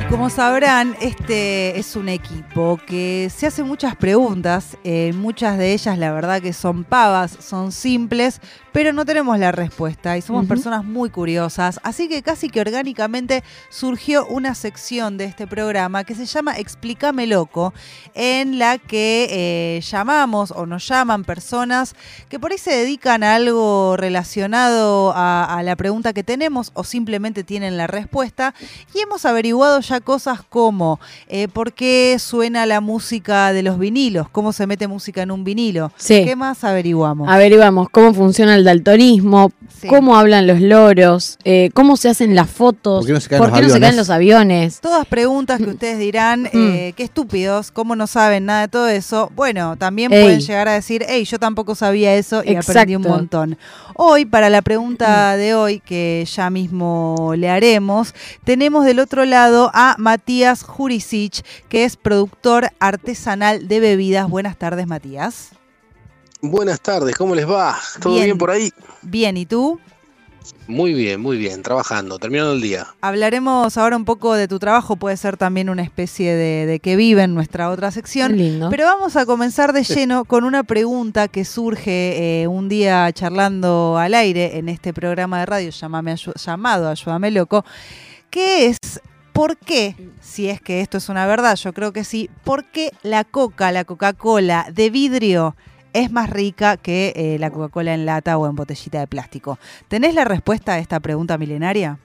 Como sabrán, este es un equipo que se hace muchas preguntas, muchas de ellas la verdad que son pavas, son simples, pero no tenemos la respuesta y somos personas muy curiosas, así que casi que orgánicamente surgió una sección de este programa que se llama Explícame Loco, en la que llamamos o nos llaman personas que por ahí se dedican a algo relacionado a la pregunta que tenemos o simplemente tienen la respuesta, y hemos averiguado ya cosas como por qué suena la música de los vinilos, cómo se mete música en un vinilo. Sí. ¿Qué más averiguamos? Averiguamos cómo funciona el daltonismo, sí, cómo hablan los loros, cómo se hacen las fotos, ¿por qué no se caen los aviones? Todas preguntas que ustedes dirán, qué estúpidos, cómo no saben nada de todo eso. Bueno, también pueden llegar a decir, hey, yo tampoco sabía eso y aprendí un montón. Hoy, para la pregunta de hoy, que ya mismo le haremos, tenemos del otro lado a Matías Jurisic, que es productor artesanal de bebidas. Buenas tardes, Matías. Buenas tardes, ¿cómo les va? ¿Todo bien por ahí? Bien, ¿y tú? Muy bien, trabajando, terminando el día. Hablaremos ahora un poco de tu trabajo, puede ser también una especie de que vive en nuestra otra sección. Lindo. Pero vamos a comenzar de lleno con una pregunta que surge un día charlando al aire en este programa de radio llamado Ayúdame Loco, que es: ¿por qué, si es que esto es una verdad, yo creo que sí, por qué la Coca-Cola de vidrio es más rica que la Coca-Cola en lata o en botellita de plástico? ¿Tenés la respuesta a esta pregunta milenaria?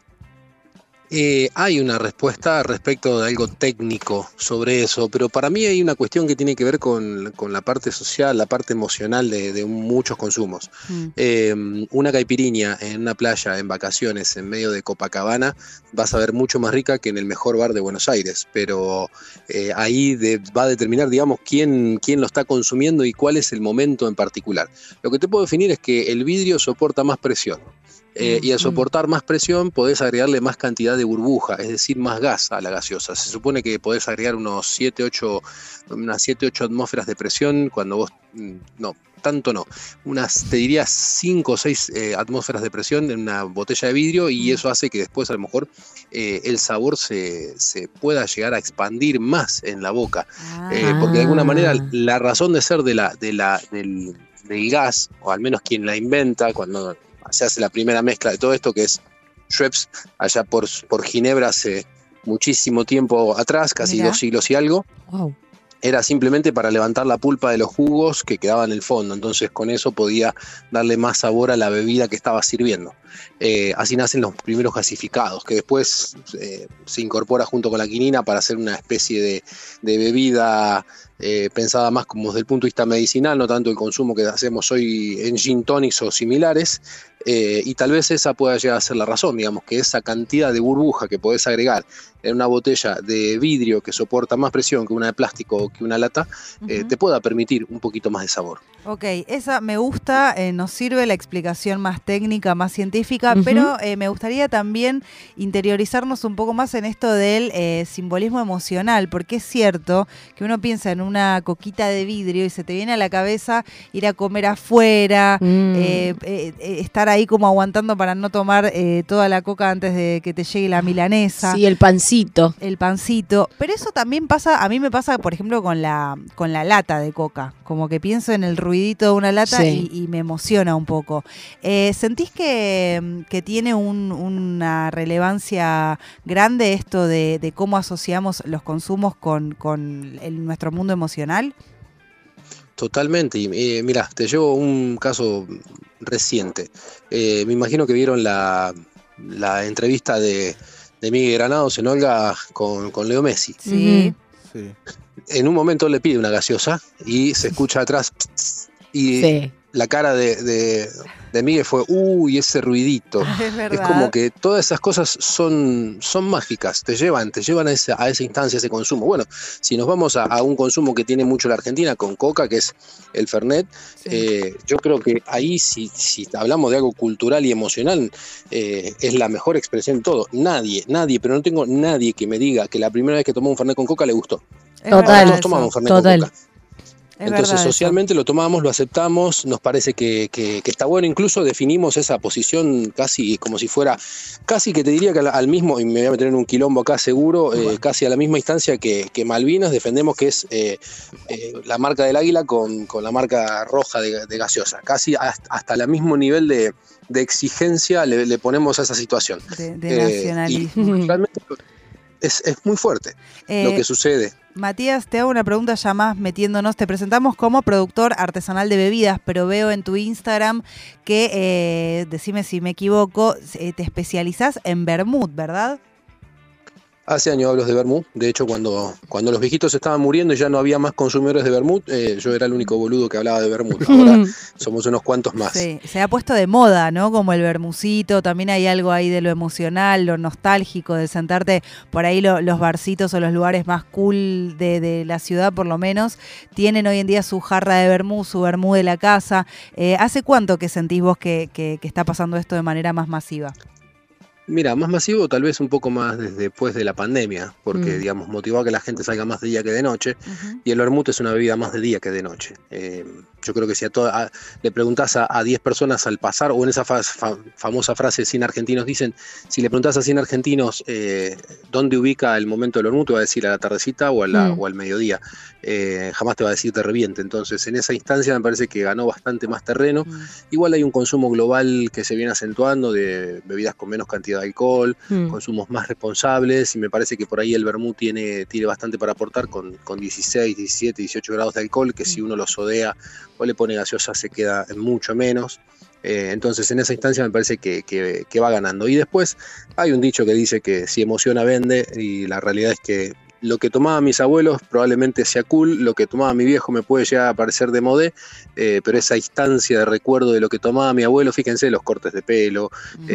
Hay una respuesta respecto de algo técnico sobre eso, pero para mí hay una cuestión que tiene que ver con la parte social, la parte emocional de muchos consumos. Una caipirinha en una playa, en vacaciones, en medio de Copacabana, vas a ver mucho más rica que en el mejor bar de Buenos Aires, pero ahí va a determinar, digamos, quién lo está consumiendo y cuál es el momento en particular. Lo que te puedo definir es que el vidrio soporta más presión. Y al soportar más presión podés agregarle más cantidad de burbuja, es decir, más gas a la gaseosa. Se supone que podés agregar unas 7, 8 atmósferas de presión cuando vos... No, tanto no. Te diría 5 o 6 atmósferas de presión en una botella de vidrio, y eso hace que después a lo mejor el sabor se pueda llegar a expandir más en la boca. Porque de alguna manera la razón de ser del gas, o al menos quien la inventa cuando se hace la primera mezcla de todo esto, que es Schweppes, allá por Ginebra hace muchísimo tiempo atrás, casi 2 siglos y algo. Wow. Era simplemente para levantar la pulpa de los jugos que quedaban en el fondo, entonces con eso podía darle más sabor a la bebida que estaba sirviendo. Así nacen los primeros gasificados, que después se incorpora junto con la quinina para hacer una especie de bebida pensada más como desde el punto de vista medicinal, no tanto el consumo que hacemos hoy en gin tonics o similares, y tal vez esa pueda llegar a ser la razón, digamos, que esa cantidad de burbuja que podés agregar en una botella de vidrio que soporta más presión que una de plástico o que una lata, te pueda permitir un poquito más de sabor. Ok, esa me gusta, nos sirve la explicación más técnica, más científica, pero me gustaría también interiorizarnos un poco más en esto del simbolismo emocional, porque es cierto que uno piensa en una coquita de vidrio y se te viene a la cabeza ir a comer afuera, estar ahí como aguantando para no tomar toda la coca antes de que te llegue la milanesa. Sí, el pancito. El pancito, pero eso también pasa, a mí me pasa por ejemplo con la lata de coca, como que pienso en el ruidito de una lata y me emociona un poco. ¿Sentís que tiene una relevancia grande esto de cómo asociamos los consumos con nuestro mundo emocional? Totalmente, y mira, te llevo un caso reciente. Me imagino que vieron la entrevista de Miguel Granados en Olga con Leo Messi. Sí. Sí. En un momento le pide una gaseosa y se escucha atrás y la cara de Miguel fue ese ruidito. Es verdad. Es como que todas esas cosas son mágicas, te llevan a esa instancia, a ese consumo. Bueno, si nos vamos a un consumo que tiene mucho la Argentina con coca, que es el Fernet, yo creo que ahí si hablamos de algo cultural y emocional, es la mejor expresión de todo. Nadie, pero no tengo nadie que me diga que la primera vez que tomó un Fernet con coca le gustó. Total. Todos tomamos un Fernet con coca. Entonces socialmente lo tomamos, lo aceptamos, nos parece que está bueno, incluso definimos esa posición casi como si fuera, casi que te diría que al mismo, y me voy a meter en un quilombo acá seguro, casi a la misma instancia que Malvinas, defendemos que es la marca del águila con la marca roja de gaseosa, casi hasta el mismo nivel de exigencia le ponemos a esa situación. De nacionalismo. Y realmente es muy fuerte lo que sucede. Matías, te hago una pregunta ya más metiéndonos. Te presentamos como productor artesanal de bebidas, pero veo en tu Instagram que, decime si me equivoco, te especializás en vermut, ¿verdad? Hace años hablo de vermut. De hecho, cuando los viejitos estaban muriendo y ya no había más consumidores de vermut, yo era el único boludo que hablaba de vermut. Ahora somos unos cuantos más. Sí, se ha puesto de moda, ¿no? Como el vermucito. También hay algo ahí de lo emocional, lo nostálgico, de sentarte por ahí. Los barcitos o los lugares más cool de la ciudad, por lo menos, tienen hoy en día su jarra de vermut, su vermut de la casa. ¿Hace cuánto que sentís vos que está pasando esto de manera más masiva? Mira, más masivo tal vez un poco más después de la pandemia, porque digamos motivó a que la gente salga más de día que de noche, y el vermut es una bebida más de día que de noche. Yo creo que si le preguntás a 10 personas al pasar, o en esa famosa frase 100 argentinos dicen, si le preguntás a 100 argentinos dónde ubica el momento del vermut, te va a decir a la tardecita o al mediodía. Jamás te va a decir te reviente. Entonces en esa instancia me parece que ganó bastante más terreno. Igual hay un consumo global que se viene acentuando de bebidas con menos cantidad de alcohol, consumos más responsables, y me parece que por ahí el vermut tiene bastante para aportar con 16, 17, 18 grados de alcohol, que si uno lo sodea o le pone gaseosa se queda en mucho menos. Entonces en esa instancia me parece que va ganando. Y después hay un dicho que dice que si emociona vende, y la realidad es que lo que tomaban mis abuelos probablemente sea cool, lo que tomaba mi viejo me puede llegar a parecer de modé, pero esa instancia de recuerdo de lo que tomaba mi abuelo, fíjense, los cortes de pelo,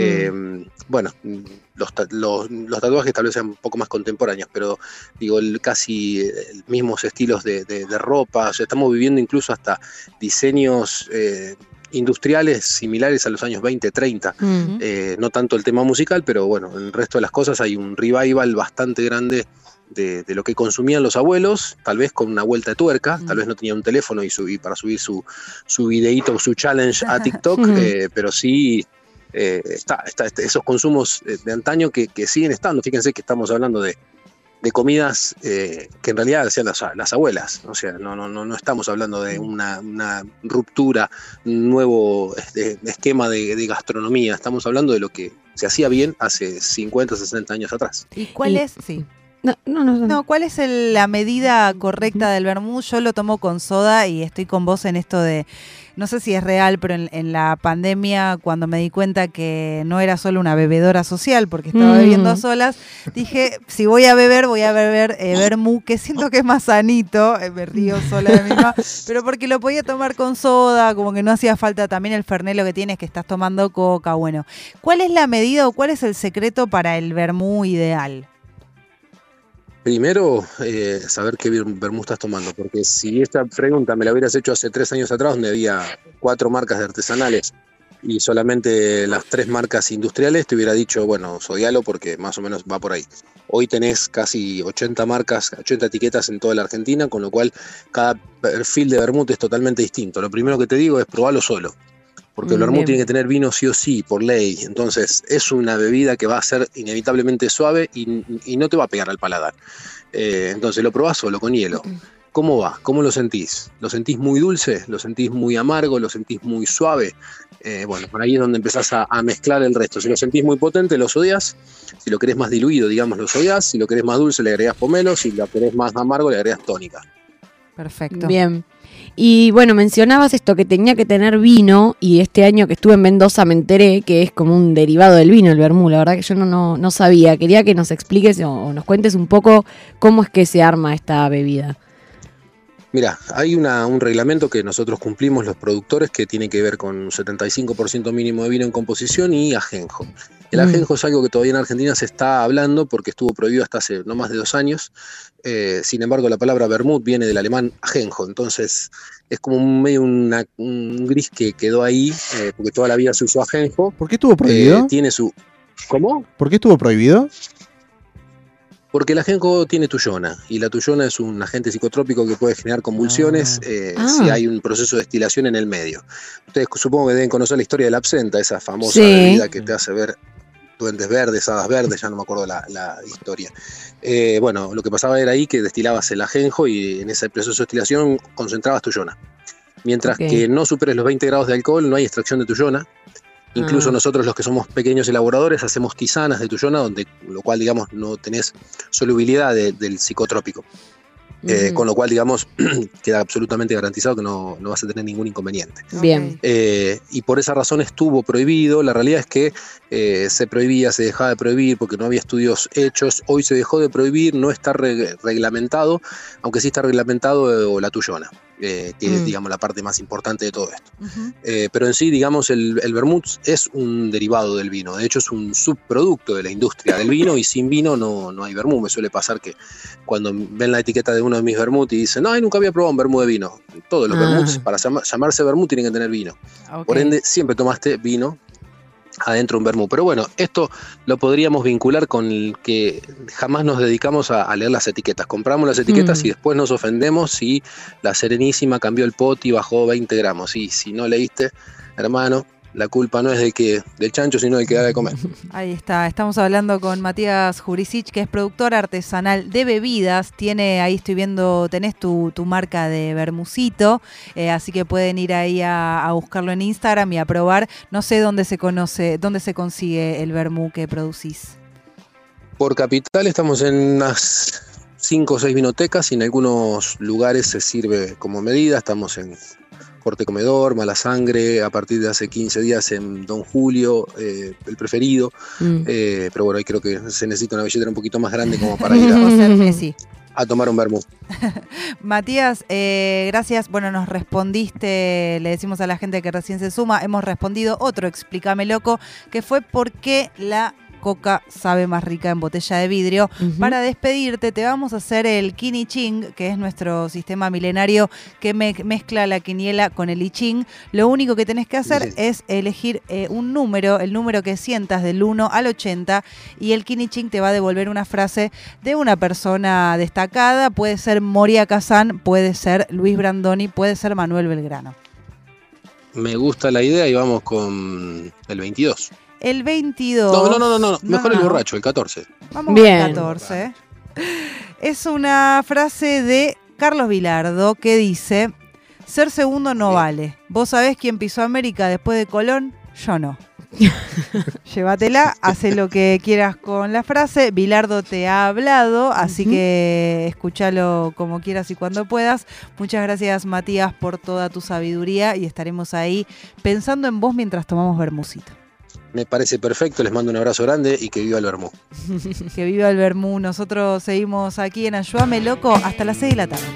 bueno, los tatuajes tal vez sean un poco más contemporáneos, pero digo, casi mismos estilos de ropa, o sea, estamos viviendo incluso hasta diseños industriales similares a los años 20, 30, no tanto el tema musical, pero bueno, en el resto de las cosas hay un revival bastante grande de lo que consumían los abuelos, tal vez con una vuelta de tuerca, tal vez no tenía un teléfono para subir su videíto, su challenge a TikTok, pero sí esos consumos de antaño que siguen estando. Fíjense que estamos hablando de comidas que en realidad hacían las abuelas, o sea, no estamos hablando de una ruptura, un nuevo esquema de gastronomía, estamos hablando de lo que se hacía bien hace 50, 60 años atrás. ¿Y cuál es? Sí. No, ¿cuál es la medida correcta del vermut? Yo lo tomo con soda y estoy con vos en esto de, no sé si es real, pero en la pandemia, cuando me di cuenta que no era solo una bebedora social, porque estaba bebiendo a solas, dije, si voy a beber vermut, que siento que es más sanito, me río sola de mí misma, pero porque lo podía tomar con soda, como que no hacía falta. También el fernet, lo que tiene es que estás tomando coca. Bueno, ¿cuál es la medida o cuál es el secreto para el vermut ideal? Primero, saber qué vermut estás tomando, porque si esta pregunta me la hubieras hecho hace 3 años atrás, donde había 4 marcas de artesanales y solamente las 3 marcas industriales, te hubiera dicho, bueno, sodialo porque más o menos va por ahí. Hoy tenés casi 80 marcas, 80 etiquetas en toda la Argentina, con lo cual cada perfil de vermut es totalmente distinto. Lo primero que te digo es probarlo solo, porque el vermut tiene que tener vino sí o sí, por ley. Entonces es una bebida que va a ser inevitablemente suave y no te va a pegar al paladar. Entonces lo probás solo, con hielo. ¿Cómo va? ¿Cómo lo sentís? ¿Lo sentís muy dulce? ¿Lo sentís muy amargo? ¿Lo sentís muy suave? Bueno, por ahí es donde empezás a mezclar el resto. Si lo sentís muy potente, lo sodiás. Si lo querés más diluido, digamos, lo sodiás. Si lo querés más dulce, le agregás pomelo. Si lo querés más amargo, le agregás tónica. Perfecto. Bien. Y bueno, mencionabas esto que tenía que tener vino, y este año que estuve en Mendoza me enteré que es como un derivado del vino, el vermut. La verdad que yo no sabía. Quería que nos expliques o nos cuentes un poco cómo es que se arma esta bebida. Mira, hay un reglamento que nosotros cumplimos los productores que tiene que ver con un 75% mínimo de vino en composición y ajenjo. El ajenjo es algo que todavía en Argentina se está hablando porque estuvo prohibido hasta hace no más de 2 años. Sin embargo, la palabra vermut viene del alemán ajenjo, entonces es como medio un gris que quedó ahí, porque toda la vida se usó ajenjo. ¿Por qué estuvo prohibido? Tiene su... ¿Cómo? ¿Por qué estuvo prohibido? Porque el ajenjo tiene tuyona, y la tuyona es un agente psicotrópico que puede generar convulsiones si hay un proceso de destilación en el medio. Ustedes supongo que deben conocer la historia de la absenta, esa famosa bebida que te hace ver duendes verdes, hadas verdes, ya no me acuerdo la historia. Bueno, lo que pasaba era ahí que destilabas el ajenjo y en ese proceso de destilación concentrabas tuyona. Mientras que no superes los 20 grados de alcohol, no hay extracción de tuyona. Incluso nosotros, los que somos pequeños elaboradores, hacemos tisanas de tuyona, lo cual, digamos, no tenés solubilidad del psicotrópico. Con lo cual, digamos, queda absolutamente garantizado que no vas a tener ningún inconveniente. Bien. Y por esa razón estuvo prohibido. La realidad es que se prohibía, se dejaba de prohibir porque no había estudios hechos. Hoy se dejó de prohibir, no está reglamentado, aunque sí está reglamentado la tuyona, que es, digamos, la parte más importante de todo esto. Pero en sí, digamos, el vermut es un derivado del vino. De hecho, es un subproducto de la industria del vino, y sin vino no hay vermut. Me suele pasar que cuando ven la etiqueta de uno de mis vermut y dicen, no, nunca había probado un vermut de vino. Todos los vermuts, para llamarse vermut, tienen que tener vino. Por ende, siempre tomaste vino adentro de un vermut. Pero bueno, esto lo podríamos vincular con el que jamás nos dedicamos a leer las etiquetas. Compramos las etiquetas y después nos ofendemos si la Serenísima cambió el pot y bajó 20 gramos. Y si no leíste, hermano, la culpa no es del chancho, sino del que da de comer. Ahí está, estamos hablando con Matías Jurisic, que es productor artesanal de bebidas. Ahí estoy viendo, tenés tu marca de vermucito, así que pueden ir ahí a buscarlo en Instagram y a probar. No sé dónde se consigue el vermú que producís. Por Capital estamos en unas 5 o 6 vinotecas, y en algunos lugares se sirve como medida. Estamos en Corte Comedor, Mala Sangre, a partir de hace 15 días en Don Julio, El Preferido. Pero bueno, ahí creo que se necesita una billetera un poquito más grande como para ir a tomar un vermut. Matías, gracias. Bueno, nos respondiste, le decimos a la gente que recién se suma, hemos respondido otro Explícame Loco, que fue por qué la coca sabe más rica en botella de vidrio. Para despedirte, te vamos a hacer el Quini Ching, que es nuestro sistema milenario que mezcla la quiniela con el I Ching. Lo único que tenés que hacer es elegir un número, el número que sientas del 1 al 80, y el Quini Ching te va a devolver una frase de una persona destacada. Puede ser Moria Kazan, puede ser Luis Brandoni, puede ser Manuel Belgrano. Me gusta la idea y vamos con el 22. El 22. No. Mejor el borracho, el 14. Vamos con el 14. Es una frase de Carlos Vilardo que dice: ser segundo no vale. ¿Vos sabés quién pisó América después de Colón? Yo no. Llévatela, haz lo que quieras con la frase. Vilardo te ha hablado, así que escúchalo como quieras y cuando puedas. Muchas gracias, Matías, por toda tu sabiduría, y estaremos ahí pensando en vos mientras tomamos vermucito. Me parece perfecto, les mando un abrazo grande y que viva el vermú. Que viva el vermú. Nosotros seguimos aquí en Ayúdame Loco hasta las 6 de la tarde.